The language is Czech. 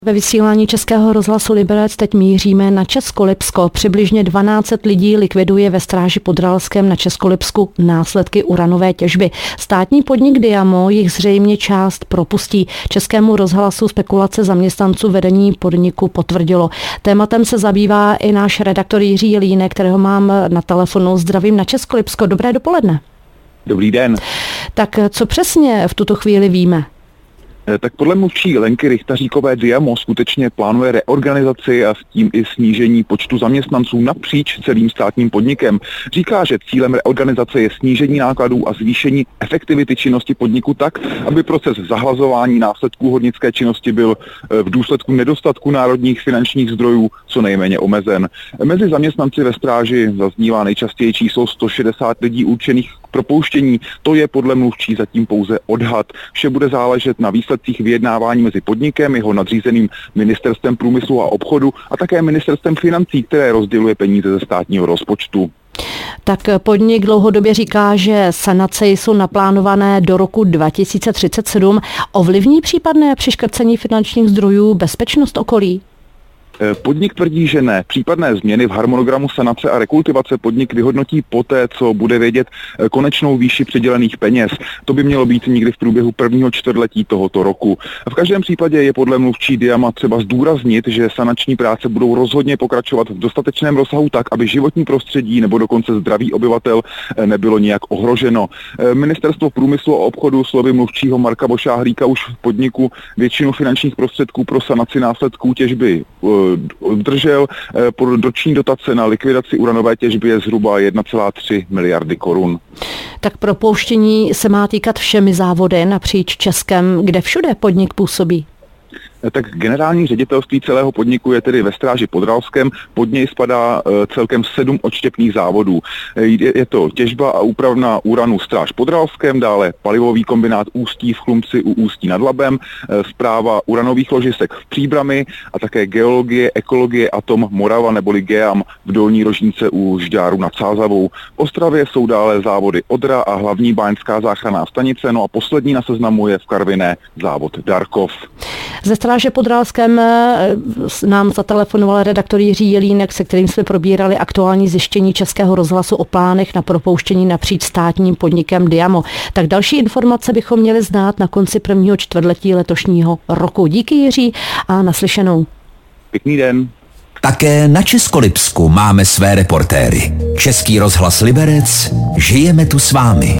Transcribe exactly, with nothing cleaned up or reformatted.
Ve vysílání Českého rozhlasu Liberec teď míříme na Českolipsko. Přibližně dvanáct set lidí likviduje ve Stráži pod Ralskem na Českolipsku následky uranové těžby. Státní podnik Diamo jich zřejmě část propustí. Českému rozhlasu spekulace zaměstnanců vedení podniku potvrdilo. Tématem se zabývá i náš redaktor Jiří Jelínek, kterého mám na telefonu. Zdravím na Českolipsko. Dobré dopoledne. Dobrý den. Tak co přesně v tuto chvíli víme? Tak podle mluvčí Lenky Richtaříkové Diamo skutečně plánuje reorganizaci a s tím i snížení počtu zaměstnanců napříč celým státním podnikem. Říká, že cílem reorganizace je snížení nákladů a zvýšení efektivity činnosti podniku tak, aby proces zahlazování následků hornické činnosti byl v důsledku nedostatku národních finančních zdrojů co nejméně omezen. Mezi zaměstnanci ve Stráži zaznívá nejčastěji číslo sto šedesát lidí určených k propouštění. To je podle mluvčí zatím pouze odhad. Vše bude záležet na výsledcích vyjednávání mezi podnikem, jeho nadřízeným ministerstvem průmyslu a obchodu a také ministerstvem financí, které rozděluje peníze ze státního rozpočtu. Tak podnik dlouhodobě říká, že sanace jsou naplánované do roku dva tisíce třicet sedm. Ovlivní případné přiškrcení finančních zdrojů bezpečnost okolí? Podnik tvrdí, že ne. Případné změny v harmonogramu sanace a rekultivace podnik vyhodnotí poté, co bude vědět konečnou výši přidělených peněz. To by mělo být někdy v průběhu prvního čtvrtletí tohoto roku. V každém případě je podle mluvčí Diama třeba zdůraznit, že sanační práce budou rozhodně pokračovat v dostatečném rozsahu tak, aby životní prostředí nebo dokonce zdraví obyvatel nebylo nijak ohroženo. Ministerstvo průmyslu a obchodu slovy mluvčího Marka Bošáhlíka už v podniku většinu finančních prostředků pro sanaci následků těžby držel. Roční dotace na likvidaci uranové těžby je zhruba jedna celá tři miliardy korun. Tak propouštění se má týkat všemi závody napříč Českem, kde všude podnik působí. Tak generální ředitelství celého podniku je tedy ve Stráži pod Ralskem, pod něj spadá celkem sedm odštěpných závodů. Je to těžba a úpravna uranu Stráž pod Ralskem, dále palivový kombinát Ústí v Chlumci u Ústí nad Labem, správa uranových ložisek v Příbrami a také geologie, ekologie Atom Morava neboli GEAM v Dolní Rožnice u Žďáru nad Sázavou. V Ostravě jsou dále závody Odra a hlavní báňská záchranná stanice, no a poslední na seznamu je v Karviné závod Darkov. Ze Stráže pod Ralskem nám zatelefonoval redaktor Jiří Jelínek, se kterým jsme probírali aktuální zjištění Českého rozhlasu o plánech na propouštění napříč státním podnikem Diamo. Tak další informace bychom měli znát na konci prvního čtvrtletí letošního roku. Díky Jiří a naslyšenou. Pěkný den. Také na Českolipsku máme své reportéry. Český rozhlas Liberec, žijeme tu s vámi.